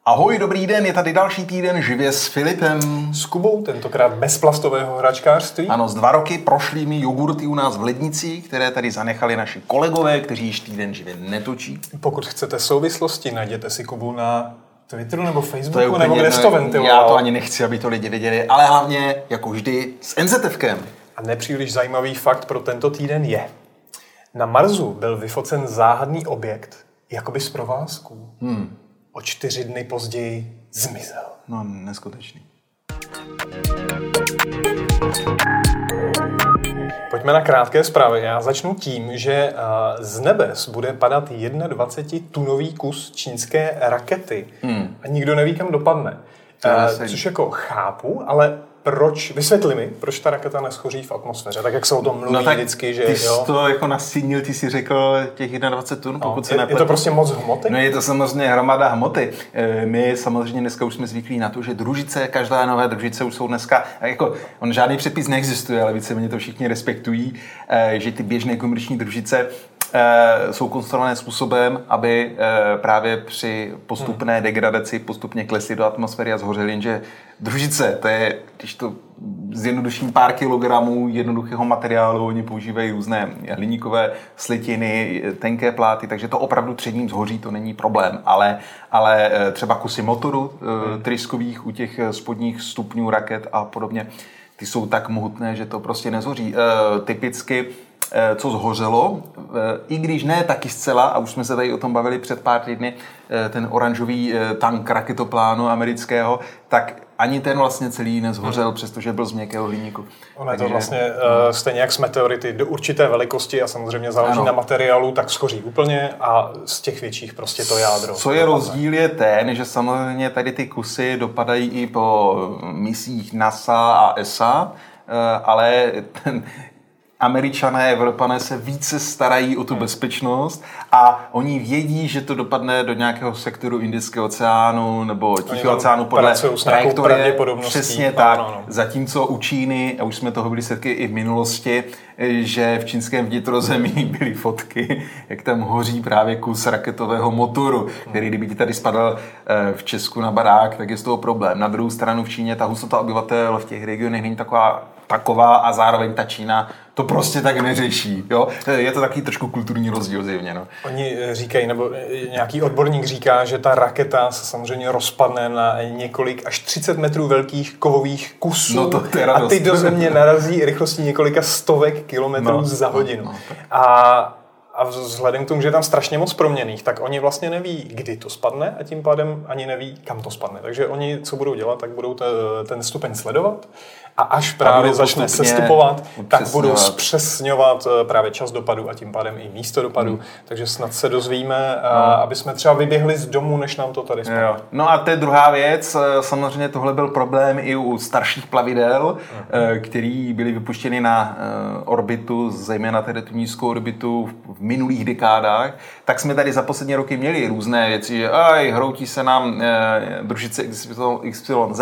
Ahoj, dobrý den, je tady další týden živě s Filipem. S Kubou, tentokrát bez plastového hračkářství. Ano, z 2 roky prošlými jogurty u nás v lednici, které tady zanechali naši kolegové, kteří již týden živě netočí. Pokud chcete souvislosti, najděte si Kubu na Twitteru nebo Facebooku, nebo kde jsi to ventiloval. Já to ani nechci, aby to lidi věděli, ale hlavně, jako vždy, s NZFkem. A nepříliš zajímavý fakt pro tento týden je. Na Marsu byl vyfocen záhadný objekt, jakoby z provázků. O 4 dny později zmizel. No, neskutečný. Pojďme na krátké zprávy. Já začnu tím, že z nebes bude padat 21-tunový kus čínské rakety. A nikdo neví, kam dopadne. Což jako chápu, ale proč, vysvětli mi, proč ta raketa neschoří v atmosféře, tak jak se o tom mluví vždycky, že ty jsi to jako nastínil, ty si řekl těch 21 tun, pokud se nepletu. Je to prostě moc hmoty? No je to samozřejmě hromada hmoty. My samozřejmě dneska už jsme zvyklí na to, že družice, každá nová družice už jsou dneska, jako on žádný předpis neexistuje, ale víceméně to všichni respektují, že ty běžné komerční družice jsou konstruované způsobem, aby právě při postupné degradaci postupně klesly do atmosféry a zhořely, jenže družice, to je, když to zjednoduším, pár kilogramů jednoduchého materiálu, oni používají různé hliníkové slitiny, tenké pláty, takže to opravdu před ním zhoří, to není problém, ale třeba kusy motoru tryskových u těch spodních stupňů raket a podobně, ty jsou tak mohutné, že to prostě nezhoří. Typicky co zhořelo, i když ne taky zcela, a už jsme se tady o tom bavili před pár týdny, ten oranžový tank raketoplánu amerického, tak ani ten vlastně celý nezhořel, přestože byl z měkkého hliníku. Ono je to vlastně stejně jak s meteority do určité velikosti a samozřejmě záleží na materiálu, tak schoří úplně a z těch větších prostě to jádro. Co je rozdíl je ten, že samozřejmě tady ty kusy dopadají i po misích NASA a ESA, ale Američané, Evropané se více starají o tu bezpečnost a oni vědí, že to dopadne do nějakého sektoru Indického oceánu nebo Tichého oceánu podle trajektorie. Přesně tak. Zatímco u Číny, a už jsme toho byli svědky i v minulosti, že v čínském vnitrozemí byly fotky, jak tam hoří právě kus raketového motoru, který kdyby ti tady spadal v Česku na barák, tak je z toho problém. Na druhou stranu v Číně ta hustota obyvatel v těch regionech není taková a zároveň ta Čína to prostě tak neřeší. Jo? Je to takový trošku kulturní rozdíl zjevně. No. Oni říkají, nebo nějaký odborník říká, že ta raketa se samozřejmě rozpadne na několik až 30 metrů velkých kovových kusů a ty do země narazí rychlostí několika stovek kilometrů za hodinu. A vzhledem k tomu, že je tam strašně moc proměnných, tak oni vlastně neví, kdy to spadne a tím pádem ani neví, kam to spadne. Takže oni, co budou dělat, tak budou ten stupeň sledovat a až právě začne sestupovat, tak budou zpřesňovat právě čas dopadu a tím pádem i místo dopadu. Takže snad se dozvíme, aby jsme třeba vyběhli z domu, než nám to tady spadne. No a to je druhá věc. Samozřejmě tohle byl problém i u starších plavidel, který byly vypuštěny na orbitu, zejména tedy tu nízkou orbitu v minulých dekádách, tak jsme tady za poslední roky měli různé věci, že hroutí se nám družice XYZ,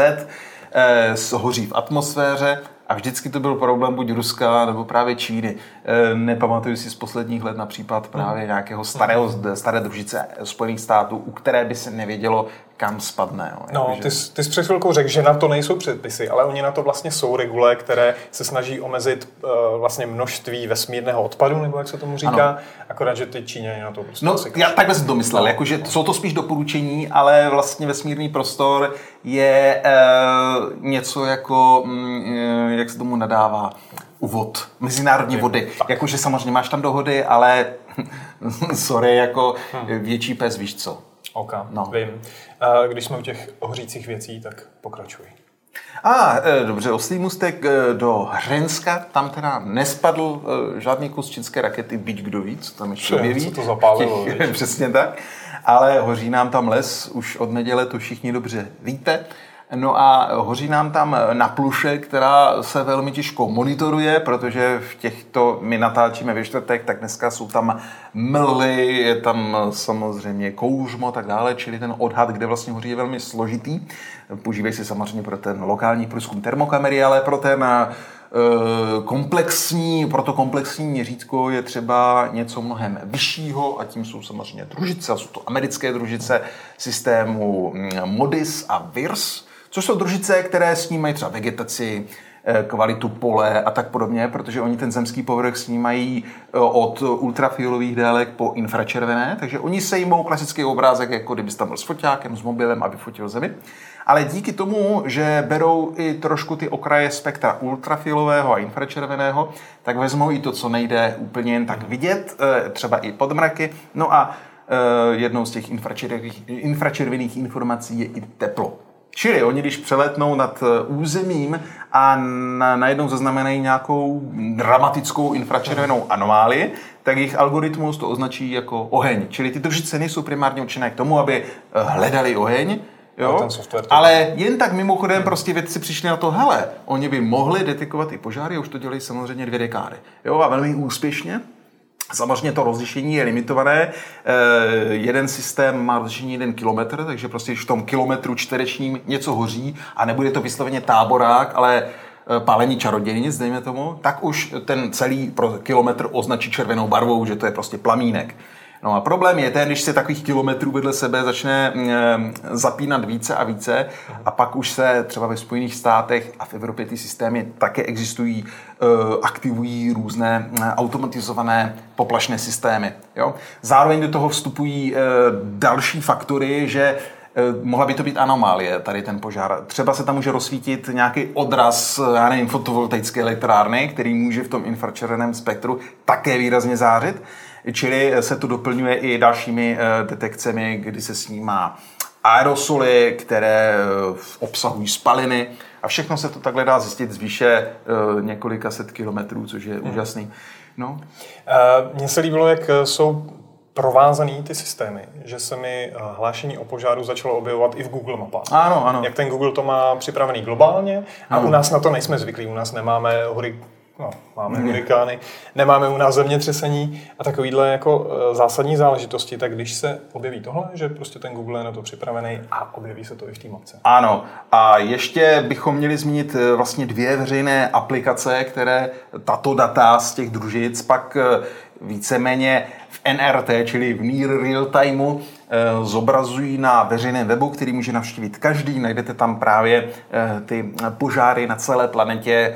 hoří v atmosféře a vždycky to byl problém buď Ruska nebo právě Číny. Nepamatuju si z posledních let na případ právě nějakého staré družice Spojených států, u které by se nevědělo, kam spadne. Ty jsi před chvilkou řekl, že na to nejsou předpisy, ale oni na to vlastně jsou regule, které se snaží omezit vlastně množství vesmírného odpadu, nebo jak se tomu říká, ano. Akorát, že ty Číňani na to prostě já takhle jsem to myslel, jakože jsou to spíš doporučení, ale vlastně vesmírný prostor je něco jako, jak se tomu nadává, uvod, mezinárodní vody. Jakože samozřejmě máš tam dohody, ale sorry, jako větší pes, víš co. Vím. Když jsme u těch hořících věcí, tak pokračuj. Dobře, oslý můstek do Hřenska, tam teda nespadl žádný kus čínské rakety, byť kdo ví, co tam ještě objeví. Co to zapálilo, přesně tak. Ale hoří nám tam les, už od neděle to všichni dobře víte. No a hoří nám tam na pluše, která se velmi těžko monitoruje, protože my natáčíme ve čtvrtek, tak dneska jsou tam mlhy, je tam samozřejmě kouřmo a tak dále, čili ten odhad, kde vlastně hoří, je velmi složitý. Používají se samozřejmě pro ten lokální průzkum termokamery, ale pro ten pro to komplexní měřítko je třeba něco mnohem vyššího a tím jsou samozřejmě družice, a jsou to americké družice systému MODIS a VIRS, což jsou družice, které snímají třeba vegetaci, kvalitu pole a tak podobně, protože oni ten zemský povrch snímají od ultrafialových délek po infračervené, takže oni sejmou klasický obrázek, jako kdyby tam byl s foťákem, s mobilem, aby fotil zemi. Ale díky tomu, že berou i trošku ty okraje spektra ultrafialového a infračerveného, tak vezmou i to, co nejde úplně jen tak vidět, třeba i podmraky. No a jednou z těch infračervených informací je i teplo. Čili oni, když přeletnou nad územím a najednou zaznamenají nějakou dramatickou infračervenou anomálii, tak jejich algoritmus to označí jako oheň. Čili ty družice nejsou primárně určené k tomu, aby hledali oheň, jo? Ale jen tak mimochodem prostě vědci přišli na to, hele, oni by mohli detekovat i požáry, a už to dělají samozřejmě 2 dekády. Jo? A velmi úspěšně. Samozřejmě to rozlišení je limitované. Jeden systém má rozlišení 1 kilometr, takže prostě když v tom kilometru čtverečním něco hoří a nebude to vysloveně táborák, ale pálení čarodějnic, dejme tomu, tak už ten celý kilometr označí červenou barvou, že to je prostě plamínek. No a problém je ten, když se takových kilometrů vedle sebe začne zapínat více a více a pak už se třeba ve Spojených státech a v Evropě ty systémy také existují, aktivují různé automatizované poplašné systémy. Jo? Zároveň do toho vstupují další faktory, že mohla by to být anomálie, tady ten požár. Třeba se tam může rozsvítit nějaký odraz, já nevím, fotovoltaické elektrárny, který může v tom infračerveném spektru také výrazně zářit. Čili se to doplňuje i dalšími detekcemi, kdy se snímá aerosoly, které obsahují spaliny a všechno se to takhle dá zjistit z výše několika set kilometrů, což je úžasný. No. Mně se líbilo, jak jsou provázaný ty systémy, že se mi hlášení o požáru začalo objevovat i v Google mapách. Ano, ano. Jak ten Google to má připravený globálně a u nás na to nejsme zvyklí, u nás nemáme máme hurikány, nemáme u nás zemětřesení a takovýhle jako zásadní záležitosti, tak když se objeví tohle, že prostě ten Google je na to připravený a objeví se to i v té mapce. Ano, a ještě bychom měli zmínit vlastně 2 veřejné aplikace, které tato data z těch družic pak víceméně v NRT, čili v Near Real Timeu, zobrazují na veřejném webu, který může navštívit každý. Najdete tam právě ty požáry na celé planetě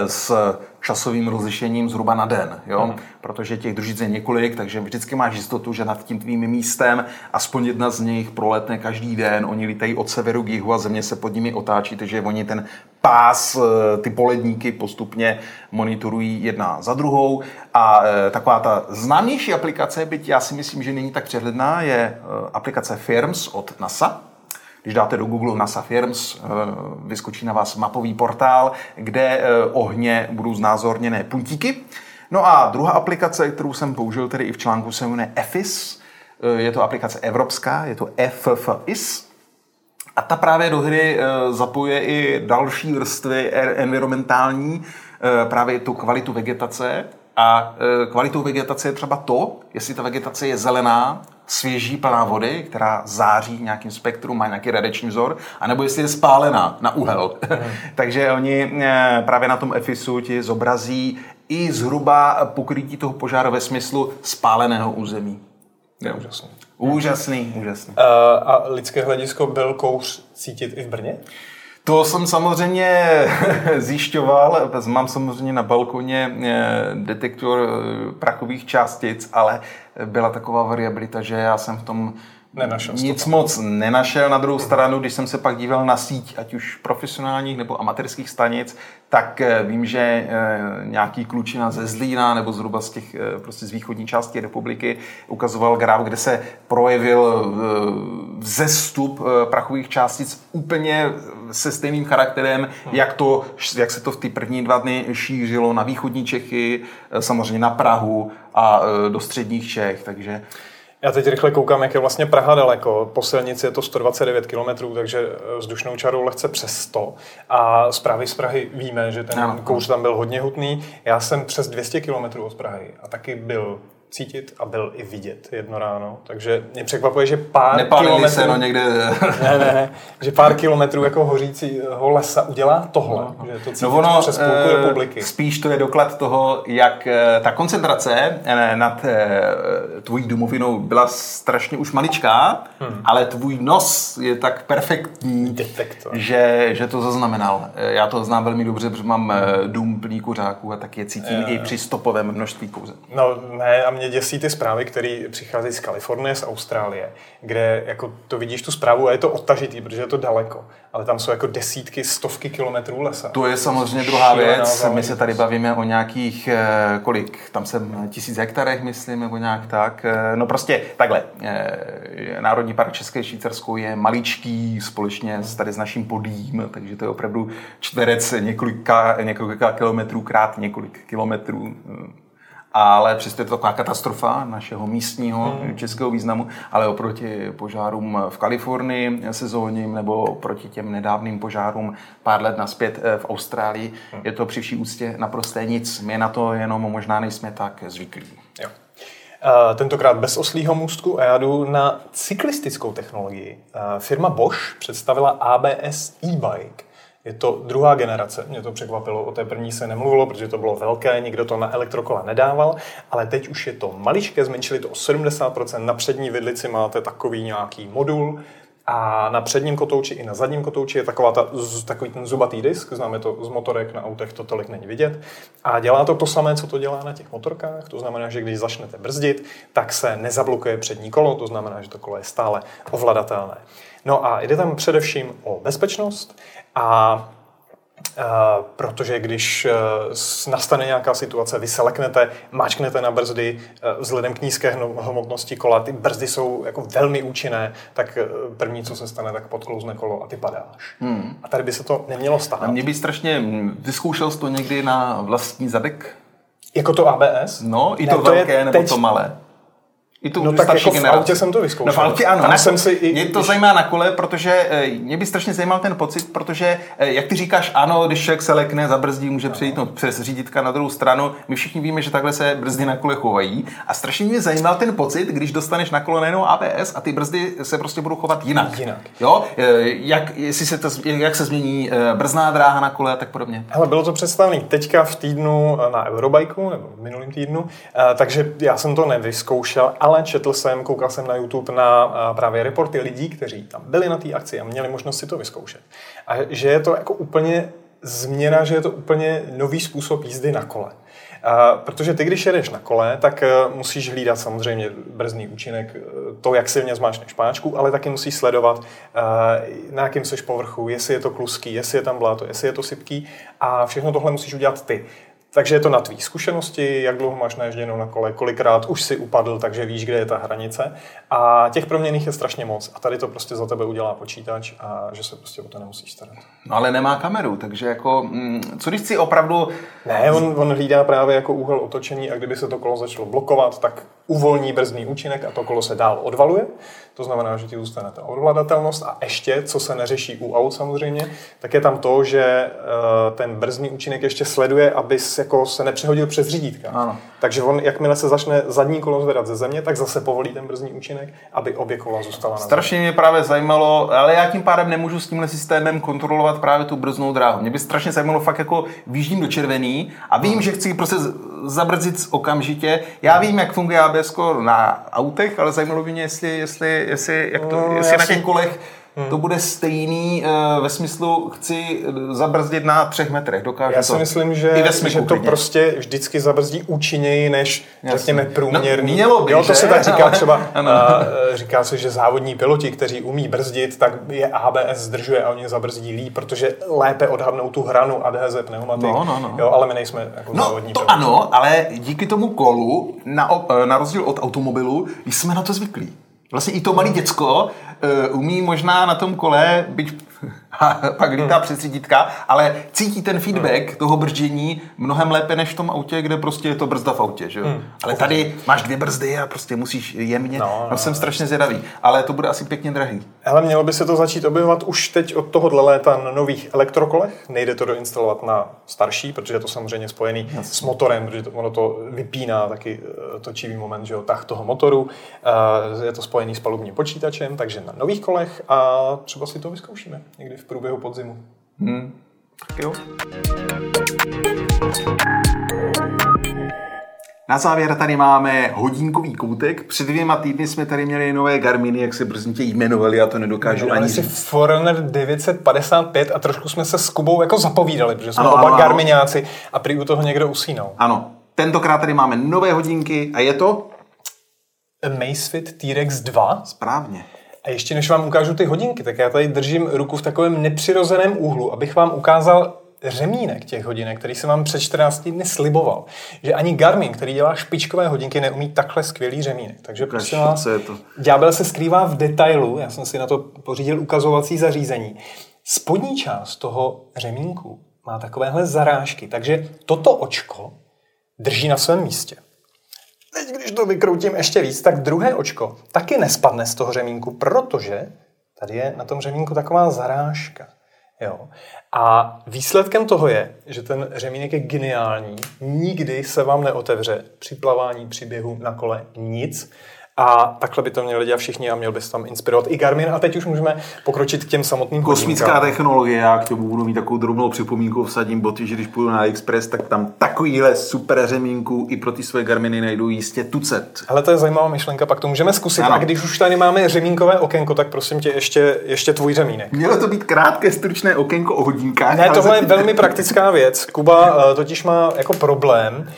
s časovým rozlišením zhruba na den. Jo? Protože těch družic je několik, takže vždycky máš jistotu, že nad tím tvým místem aspoň jedna z nich proletne každý den. Oni lítají od severu k jihu a země se pod nimi otáčí, takže oni ten pás, ty poledníky postupně monitorují jedna za druhou. A taková ta známější aplikace, byť já si myslím, že není tak přehledná, je aplikace FIRMS od NASA. Když dáte do Google NASA FIRMS, vyskočí na vás mapový portál, kde ohně budou znázorněné puntíky. No a druhá aplikace, kterou jsem použil tedy i v článku, se jmenuje EFIS. Je to aplikace evropská, je to EFFIS. A ta právě do hry zapojuje i další vrstvy environmentální, právě tu kvalitu vegetace. A kvalitou vegetace je třeba to, jestli ta vegetace je zelená, svěží, plná vody, která září nějakým spektrum, má nějaký radiační vzor, anebo jestli je spálená na uhel. Takže oni právě na tom EFISu ti zobrazí i zhruba pokrytí toho požáru ve smyslu spáleného území. Je úžasný. Úžasný. A lidské hledisko byl kouř cítit i v Brně? To jsem samozřejmě zjišťoval, mám samozřejmě na balkoně detektor prachových částic, ale byla taková variabilita, že já jsem v tom nic moc nenašel. Na druhou stranu, když jsem se pak díval na síť, ať už profesionálních nebo amatérských stanic, tak vím, že nějaký klučina ze Zlína nebo zhruba z těch prostě z východní části republiky ukazoval graf, kde se projevil vzestup prachových částic úplně se stejným charakterem, jak se to v ty první 2 dny šířilo na východní Čechy, samozřejmě na Prahu a do středních Čech, takže já teď rychle koukám, jak je vlastně Praha daleko. Po silnici je to 129 km, takže vzdušnou čarou lehce přes 100. A zprávy z Prahy víme, že ten kouř tam byl hodně hutný. Já jsem přes 200 km od Prahy a taky byl cítit a byl i vidět jedno ráno. Takže mě překvapuje, že pár Nepálili kilometrů... se, no někde... ne, že pár kilometrů jako hořícího lesa udělá tohle. No. Že to cítit přes půlku republiky. Spíš to je doklad toho, jak ta koncentrace nad tvojí domovinou byla strašně už maličká, ale tvůj nos je tak perfektní, že to zaznamenal. Já to znám velmi dobře, protože mám dům plný kuřáků a tak je cítím i při stopovém množství kouře. No ne, a mě děsí ty zprávy, které přicházejí z Kalifornie, z Austrálie, kde jako to vidíš tu zprávu a je to odtažitý, protože je to daleko, ale tam jsou jako desítky, stovky kilometrů lesa. To je samozřejmě druhá věc. My se tady bavíme o nějakých, kolik, tam jsem 1000 hektarech, myslím, nebo nějak tak. No prostě takhle. Národní park České Švýcarsko je maličký společně tady s naším Podím, takže to je opravdu čtverec několika kilometrů krát několik kilometrů. Ale přesto je to taková katastrofa našeho místního českého významu, ale oproti požárům v Kalifornii sezónním nebo proti těm nedávným požárům pár let nazpět v Austrálii je to při vší úctě naprosté nic. My na to jenom možná nejsme tak zvyklí. Jo. Tentokrát bez oslího můstku a já jdu na cyklistickou technologii. Firma Bosch představila ABS e-bike. Je to druhá generace, mě to překvapilo, o té první se nemluvilo, protože to bylo velké, nikdo to na elektrokola nedával, ale teď už je to maličké, zmenšili to o 70%, na přední vidlici máte takový nějaký modul a na předním kotouči i na zadním kotouči je takový ten zubatý disk, známe to z motorek, na autech to tolik není vidět a dělá to samé, co to dělá na těch motorkách, to znamená, že když začnete brzdit, tak se nezablokuje přední kolo, to znamená, že to kolo je stále ovladatelné. No a jde tam především o bezpečnost a protože když nastane nějaká situace, vy se leknete, máčknete na brzdy, vzhledem k nízké hmotnosti kola, ty brzdy jsou jako velmi účinné, tak první, co se stane, tak podklouzne kolo a ty padáš. A tady by se to nemělo stát. A mě by strašně, vyzkoušel jsi to někdy na vlastní zadek? Jako to ABS? No, i to velké nebo to malé. No tak jako v autě jsem to vyzkoušel. No v autě ano. Mě to zajímá na kole, protože mě by strašně zajímal ten pocit, protože jak ty říkáš, ano, když člověk se lekne, zabrzdí, může přejít přes řídítka na druhou stranu. My všichni víme, že takhle se brzdy na kole chovají. A strašně mě zajímal ten pocit, když dostaneš na kolo nejenom ABS a ty brzdy se prostě budou chovat jinak. Jo? Jak se změní brzdná dráha na kole a tak podobně. Hele, bylo to představené teďka v týdnu na Eurobajku, nebo v minulým týdnu, takže já jsem to nevyzkoušel, ale koukal jsem na YouTube na právě reporty lidí, kteří tam byli na té akci a měli možnost si to vyzkoušet. A že je to jako úplně změna, že je to úplně nový způsob jízdy na kole. Protože ty, když jedeš na kole, tak musíš hlídat samozřejmě brzdný účinek, to, jak silně zmáčneš páčku, ale taky musíš sledovat, na jakém seš povrchu, jestli je to kluský, jestli je tam bláto, jestli je to sypký a všechno tohle musíš udělat ty. Takže je to na tvý zkušenosti, jak dlouho máš naježděnou na kole, kolikrát už si upadl, takže víš, kde je ta hranice. A těch proměnných je strašně moc. A tady to prostě za tebe udělá počítač a že se prostě o to nemusíš starat. No ale nemá kameru, takže jako, co když si opravdu... Ne, on hlídá právě jako úhel otočení a kdyby se to kolo začalo blokovat, tak uvolní brzdný účinek a to kolo se dál odvaluje. To znamená, že ti zůstane ta ovladatelnost a ještě, co se neřeší u aut samozřejmě, tak je tam to, že ten brzdný účinek ještě sleduje, aby jako se nepřehodil přes řídítka. Ano. Takže on, jakmile se začne zadní kolo zvedat ze země, tak zase povolí ten brzdný účinek, aby obě kola zůstala na zemi. Strašně mě právě zajímalo, ale já tím pádem nemůžu s tímhle systémem kontrolovat právě tu brzdnou dráhu. Mě by strašně zajímalo fakt jako výjíždím do červený a vím, že chci prostě zabrzdit okamžitě. Já vím, jak funguje ABS na autech, ale zajímalo by mě, jestli na těch kolech to bude stejný ve smyslu chci zabrzdit na 3 metrech. Dokážu já si myslím, že to prostě vždycky zabrzdí účinněji než řekněme průměrný. Mělo by, jo, to se tak říká třeba. Říká se, že závodní piloti, kteří umí brzdit, tak je ABS zdržuje a oni zabrzdí líp, protože lépe odhadnou tu hranu adheze pneumatik. Jo, ale my nejsme jako závodní piloti. Ano, ale díky tomu kolu, na rozdíl od automobilu, jsme na to zvyklí. Vlastně i to malé děcko umí možná na tom kole, byť a pak lítá přes řídítka, ale cítí ten feedback toho brždění mnohem lépe než v tom autě, kde prostě je to brzda v autě, že jo? Ale tady máš 2 brzdy a prostě musíš jemně, jsem strašně zvědavý, ale to bude asi pěkně drahý. Ale mělo by se to začít objevovat už teď od tohohle léta na nových elektrokolech, nejde to doinstalovat na starší, protože je to samozřejmě spojený s motorem, protože ono to vypíná taky točivý moment, že jo, tah toho motoru, je to spojený s palubním počítačem, takže na nových kolech a třeba si to vyzkoušíme někdy v průběhu podzimu. Tak jo. Na závěr tady máme hodinkový koutek. Před 2 týdny jsme tady měli nové Garminy, jak se brznitě jmenovali, já to nedokážu ani říct. Forerunner 955 a trošku jsme se s Kubou jako zapovídali, protože jsme oba Garmiňáci a prý u toho někdo usínal. Ano, tentokrát tady máme nové hodinky a je to? Amazfit T-Rex 2. Správně. A ještě než vám ukážu ty hodinky, tak já tady držím ruku v takovém nepřirozeném úhlu, abych vám ukázal řemínek těch hodinek, který jsem vám před 14 dny sliboval. Že ani Garmin, který dělá špičkové hodinky, neumí takhle skvělý řemínek. Takže prosím vás, ďábel se skrývá v detailu. Já jsem si na to pořídil ukazovací zařízení. Spodní část toho řemínku má takovéhle zarážky, takže toto očko drží na svém místě. Teď, když to vykroutím ještě víc, tak druhé očko taky nespadne z toho řemínku, protože tady je na tom řemínku taková zarážka. Jo. A výsledkem toho je, že ten řemínek je geniální, nikdy se vám neotevře při plavání, při běhu na kole nic. A takhle by to měli dělat všichni a měl by se tam inspirovat i Garmin. A teď už můžeme pokročit k těm samotným kosmická technologie, já k tomu budu mít takovou drobnou připomínku, vsadím boty, že když půjdu na AliExpress, tak tam takovýhle super řemínku i pro ty své Garminy najdu jistě tucet. Ale to je zajímavá myšlenka, pak to můžeme zkusit. Ano. A když už tady máme řemínkové okénko, tak prosím tě ještě tvůj řemínek. Mělo to být krátké, stručné okénko o hodinkách. Ne, tohle je velmi praktická věc. Kuba totiž má jako problém,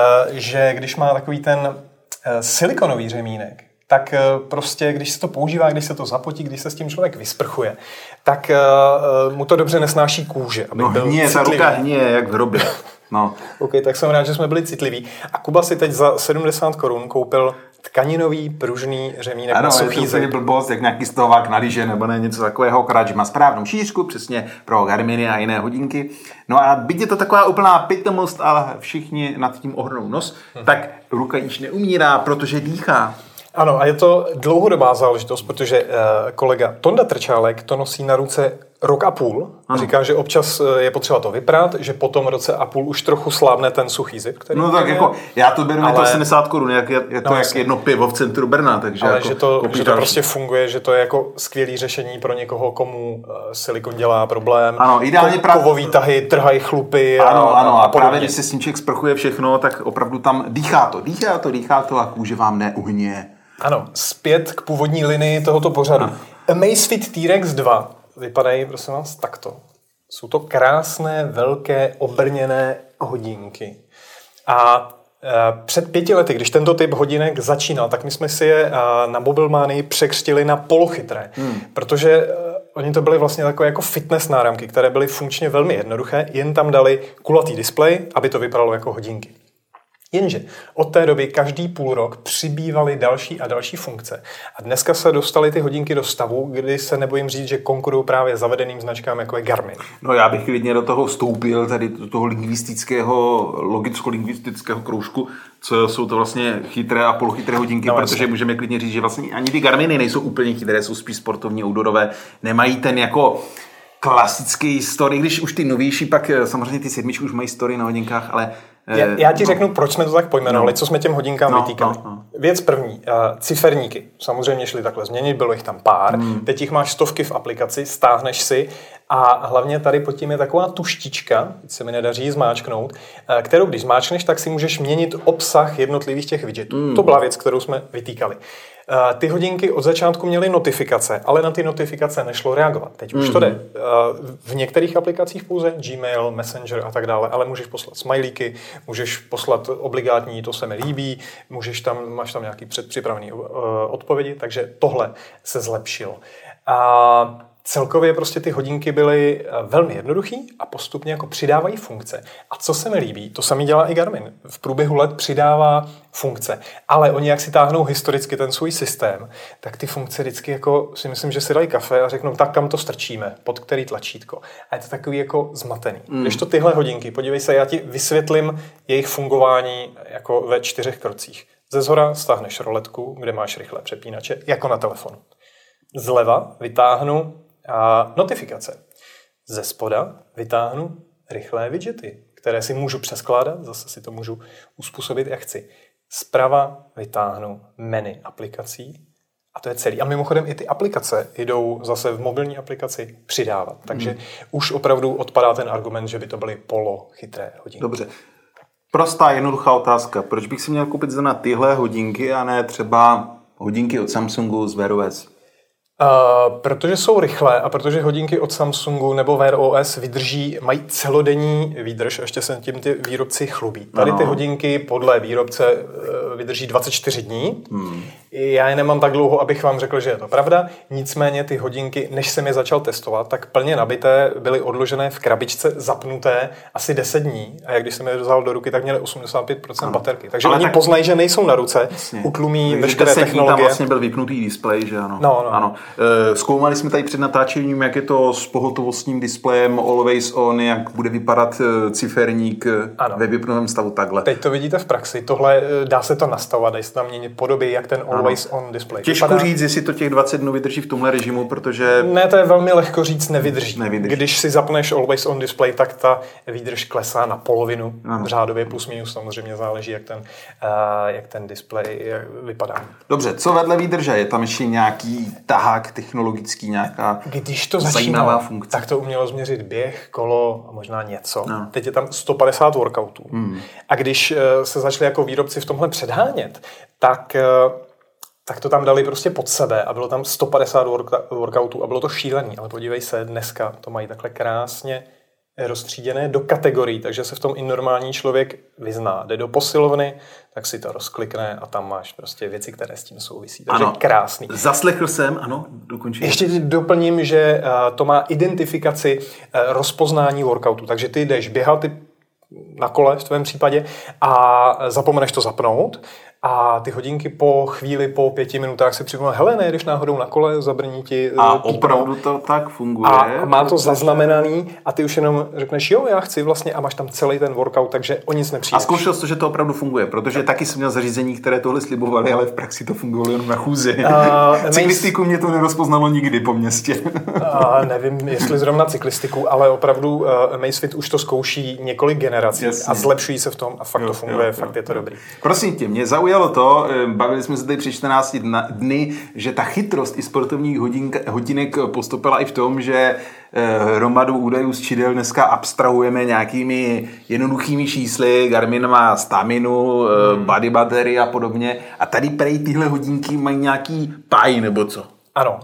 že když má takový ten silikonový řemínek, tak prostě, když se to používá, když se to zapotí, když se s tím člověk vysprchuje, tak mu to dobře nesnáší kůže. Aby byl hníje, ta ruka hníje jak v hrobě. No. OK, tak jsem rád, že jsme byli citliví. A Kuba si teď za 70 korun koupil tkaninový pružný řemínek na suchý zem. Ano, je to blbost, jak nějaký stovák na lyže nebo ne, něco takového, akorát, že má správnou šířku, přesně pro Garminy a jiné hodinky. No a byť je to taková úplná pitomost, ale všichni nad tím ohrnou nos, tak ruka již neumírá, protože dýchá. Ano, a je to dlouhodobá záležitost, protože kolega Tonda Trčálek to nosí na ruce rok a půl. Říká, že občas je potřeba to vyprát, že po tom roce a půl už trochu slábne ten suchý zip. Který no tak jako, já to beru, ale... je to 70 korun, je to jak jedno pivo v centru Brna. Takže ale jako že to prostě funguje, že to je jako skvělý řešení pro někoho, komu silikon dělá problém. Ano, ideálně kovový tahy, trhají chlupy. Ano, a právě když se s níček sprchuje všechno, tak opravdu tam dýchá to a kůže vám neuhněje. Ano, zpět k původní linii tohoto pořadu. Amazfit T-Rex 2 vypadají, prosím vás, takto. Jsou to krásné, velké, obrněné hodinky. A před 5 lety, když tento typ hodinek začínal, tak my jsme si je na Mobilmanii překřtili na polochytré. Protože oni to byly vlastně takové jako fitness náramky, které byly funkčně velmi jednoduché, jen tam dali kulatý displej, aby to vypadalo jako hodinky. Jenže od té doby každý půl rok přibývaly další a další funkce. A dneska se dostaly ty hodinky do stavu, kdy se nebojím říct, že konkurují právě zavedeným značkám, jako je Garmin. No já bych klidně do toho vstoupil, tady do toho logicko-lingvistického kroužku, co jsou to vlastně chytré a polochytré hodinky, protože můžeme klidně říct, že vlastně ani ty Garminy nejsou úplně chytré, jsou spíš sportovní, outdoorové, nemají ten jako klasický story, když už ty novější, pak samozřejmě ty 7 už mají story na hodinkách, ale... Já ti řeknu, proč jsme to tak pojmenovali, co jsme těm hodinkám vytýkali. Věc první, ciferníky samozřejmě šly takhle změnit, bylo jich tam pár, teď jich máš stovky v aplikaci, stáhneš si a hlavně tady pod tím je taková tuštička, teď se mi nedaří zmáčknout, kterou když zmáčkneš, tak si můžeš měnit obsah jednotlivých těch widgetů. To byla věc, kterou jsme vytýkali. Ty hodinky od začátku měly notifikace, ale na ty notifikace nešlo reagovat. Teď už to jde. V některých aplikacích pouze Gmail, Messenger a tak dále, ale můžeš poslat smajlíky, můžeš poslat obligátní, to se mi líbí, máš tam nějaký předpřipravený odpovědi, takže tohle se zlepšilo. Celkově prostě ty hodinky byly velmi jednoduchý a postupně jako přidávají funkce. A co se mi líbí, to samý dělá i Garmin. V průběhu let přidává funkce. Ale oni, jak si táhnou historicky ten svůj systém, tak ty funkce vždycky jako si myslím, že si dají kafe a řeknou, tak kam to strčíme, pod který tlačítko. A je to takový jako zmatený. Když to tyhle hodinky, podívej se, já ti vysvětlím jejich fungování jako ve 4 krocích. Ze zhora stáhneš roletku, kde máš rychlé přepínače, jako na telefonu. Zleva vytáhnu notifikace. Ze spoda vytáhnu rychlé widgety, které si můžu přeskládat, zase si to můžu uspůsobit, jak chci. Zprava vytáhnu menu aplikací a to je celý. A mimochodem i ty aplikace jdou zase v mobilní aplikaci přidávat. Takže už opravdu odpadá ten argument, že by to byly chytré hodinky. Dobře. Prostá, jednoduchá otázka. Proč bych si měl koupit zrovna tyhle hodinky a ne třeba hodinky od Samsungu z Wear OS? Protože jsou rychlé a protože hodinky od Samsungu nebo Wear OS mají celodenní výdrž a ještě se tím ty výrobci chlubí. Tady ty hodinky podle výrobce vydrží 24 dní. Já je nemám tak dlouho, abych vám řekl, že je to pravda. Nicméně ty hodinky, než jsem je začal testovat, tak plně nabité, byly odložené v krabičce zapnuté asi 10 dní. A jak když jsem je vzal do ruky, tak měly 85% baterky. Takže oni poznají, že nejsou na ruce, utlumí veškeré technologie. Tam vlastně byl vypnutý displej, že ano? Ano. Zkoumali jsme tady před natáčením, jak je to s pohotovostním displejem Always On, jak bude vypadat ciferník ve vypnutém stavu takhle. Teď to vidíte v praxi. Tohle dá se to nastavovat, dá se tam měnit podoby, jak ten Always On display. Těžko říct, jestli to těch 20 dnů vydrží v tomhle režimu, protože... Ne, to je velmi lehko říct, nevydrží. Když si zapneš Always On display, tak ta výdrž klesá na polovinu. Řádově plus minus, samozřejmě záleží, jak ten displej vypadá. Dobře, co vedle výdrže? Je tam ještě nějaký tahák technologický, nějaká Když to zajímavá funkce? Tak to umělo změřit běh, kolo a možná něco. Teď je tam 150 workoutů. A když se začali jako výrobci v tomhle předhánět, tak to tam dali prostě pod sebe a bylo tam 150 workoutů a bylo to šílený. Ale podívej se, dneska to mají takhle krásně roztříděné do kategorií, takže se v tom i normální člověk vyzná. Jde do posilovny, tak si to rozklikne a tam máš prostě věci, které s tím souvisí. Takže krásný. Zaslechl jsem, ano, dokončím. Ještě doplním, že to má identifikaci rozpoznání workoutu, takže ty jdeš běhat na kole v tvém případě a zapomeneš to zapnout. A ty hodinky po chvíli, po 5 minutách si připomínají, hele, nejdeš náhodou na kole, zabrní ti a opravdu to tak funguje. A má to zaznamenaný a ty už jenom řekneš, jo, já chci vlastně a máš tam celý ten workout, takže o nic nepřijdeš. A zkoušel jsi to, že to opravdu funguje, protože taky jsem měl zařízení, které tohle slibovali, ale v praxi to fungovalo jenom na chůzi. Cyklistiku mě to nerozpoznalo nikdy po městě. Nevím, jestli zrovna cyklistiku, ale opravdu Amazfit už to zkouší několik generací a zlepšují se v tom a fakt to funguje, fakt je to dobrý. Prosím tě, mě zaujalo to, bavili jsme se tady při 14 dny, že ta chytrost i sportovních hodinek postupila i v tom, že hromadu údajů z čidel dneska abstrahujeme nějakými jednoduchými čísly, Garmin má staminu, body battery a podobně a tady prej tyhle hodinky mají nějaký páj nebo co? Ano,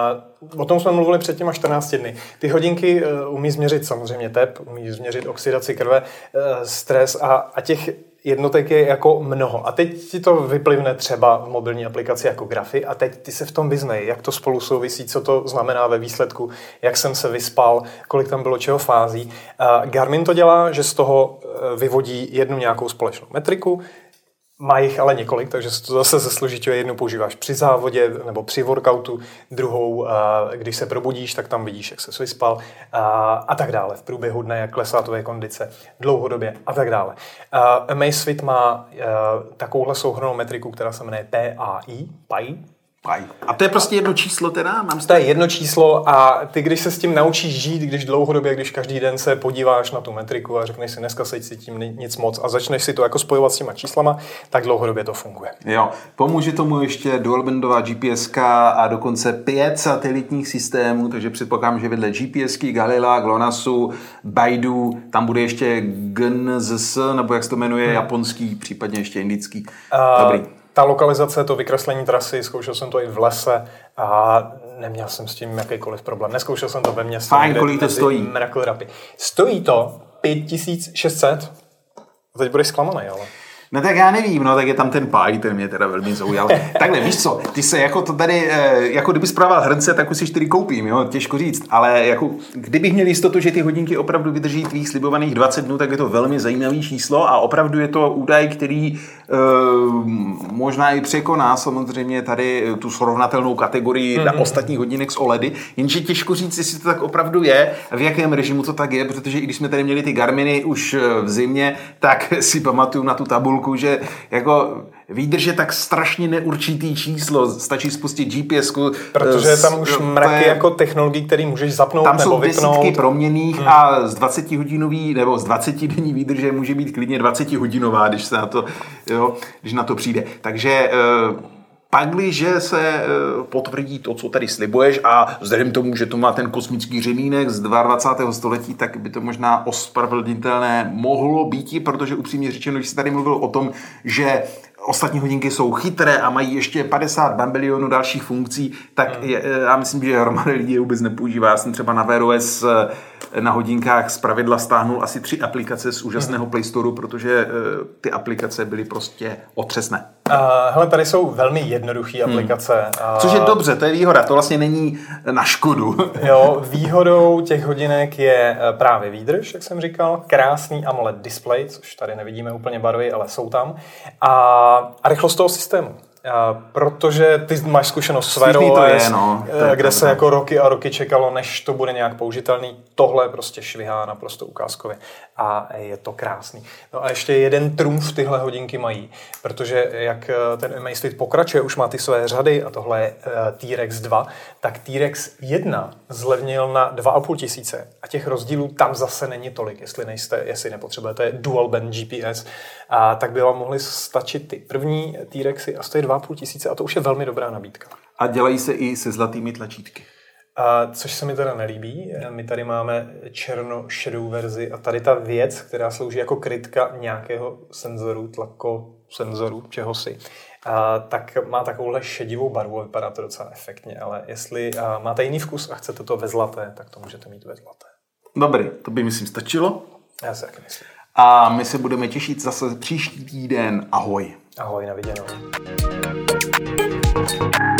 o tom jsme mluvili před těma 14 dny. Ty hodinky umí změřit samozřejmě tep, umí změřit oxidaci krve, stres a těch jednotek je jako mnoho. A teď ti to vyplivne třeba v mobilní aplikaci jako grafy a teď ty se v tom vyznej, jak to spolu souvisí, co to znamená ve výsledku, jak jsem se vyspal, kolik tam bylo čeho fází. Garmin to dělá, že z toho vyvodí jednu nějakou společnou metriku, má jich ale několik, takže se to zase zesložiťuje. Jednu používáš při závodě nebo při workoutu, druhou, když se probudíš, tak tam vidíš, jak se vyspal a tak dále. V průběhu dne, jak klesá tvoje kondice, dlouhodobě a tak dále. Amazfit má takovouhle souhrnnou metriku, která se jmenuje PAI. A to je prostě jedno číslo teda? To je jedno číslo a ty, když se s tím naučíš žít, když dlouhodobě, když každý den se podíváš na tu metriku a řekneš si, dneska se tím nic moc a začneš si to jako spojovat s těma číslama, tak dlouhodobě to funguje. Jo, pomůže tomu ještě dual-bandová GPSka a dokonce 5 satelitních systémů, takže předpokládám, že vedle GPSky, Galila, GLONASSu, Baidu, tam bude ještě GNSS, nebo jak se to jmenuje, japonský, případně ještě indický. Dobrý. Ta lokalizace, to vykreslení trasy, zkoušel jsem to i v lese a neměl jsem s tím jakýkoliv problém. Neskoušel jsem to ve městě. Fajn, kolik to stojí? Miracle Rapid. Stojí to 5600. Teď budeš zklamaný, ale... No tak já nevím, no tak je tam ten paj, ten mě teda velmi zaujal. Takhle, víš co, ty se jako to tady, jako kdyby správal hrnce, tak už si 4 koupím, jo, těžko říct, ale jako kdybych měl jistotu, že ty hodinky opravdu vydrží tvých slibovaných 20 dnů, tak je to velmi zajímavý číslo a opravdu je to údaj, který možná i překoná samozřejmě tady tu srovnatelnou kategorii na ostatních hodinek s OLEDy, jenže těžko říct, jestli to tak opravdu je, v jakém režimu to tak je, protože i když jsme tady měli ty Garminy už v zimě, tak si pamatuju na tu tabulku, že jako výdrž je tak strašně neurčitý číslo, stačí spustit GPS-ku. Protože je tam už mraky jako technologií, které můžeš zapnout tam nebo vypnout. Tam jsou desítky proměnných a z 20-hodinový nebo z 20 denní výdrže může být klidně 20-hodinová, když se na to, jo, když na to přijde. Takže pakliže se potvrdí to, co tady slibuješ a vzhledem tomu, že to má ten kosmický řemínek z 22. století, tak by to možná ospravedlnitelné mohlo být, protože upřímně řečeno, když jsi tady mluvil o tom, že ostatní hodinky jsou chytré a mají ještě 50 bambilionů dalších funkcí, tak já myslím, že hromada lidí je vůbec nepoužívá. Já jsem třeba na Wear OS na hodinkách zpravidla stáhnul asi 3 aplikace z úžasného Play Storeu, protože ty aplikace byly prostě otřesné. Hele, tady jsou velmi jednoduché aplikace. Což je dobře, to je výhoda, to vlastně není na škodu. Jo, výhodou těch hodinek je právě výdrž, jak jsem říkal, krásný AMOLED display, což tady nevidíme úplně barvy, ale jsou tam, a rychlost toho systému. Protože ty máš zkušenost s Wear OS, kde se jako roky a roky čekalo, než to bude nějak použitelný. Tohle prostě švihá naprosto ukázkově a je to krásný. No a ještě jeden trumf tyhle hodinky mají, protože jak ten Amazfit pokračuje, už má ty své řady a tohle je T-Rex 2, tak T-Rex 1 zlevnil na 2,5 tisíce a těch rozdílů tam zase není tolik, jestli nepotřebujete dual band GPS, tak by vám mohly stačit ty první T-Rexy a stojí 2,5 tisíce a to už je velmi dobrá nabídka. A dělají se i se zlatými tlačítky. Což se mi teda nelíbí. My tady máme černo-šedou verzi a tady ta věc, která slouží jako krytka nějakého senzoru, tlakosenzoru, čehosi, tak má takovouhle šedivou barvu a vypadá to docela efektně, ale jestli máte jiný vkus a chcete to ve zlaté, tak to můžete mít ve zlaté. Dobrý, to by myslím stačilo. Já si taky myslím. A my se budeme těšit zase příští týden. Ahoj. Ahoj, na viděnou.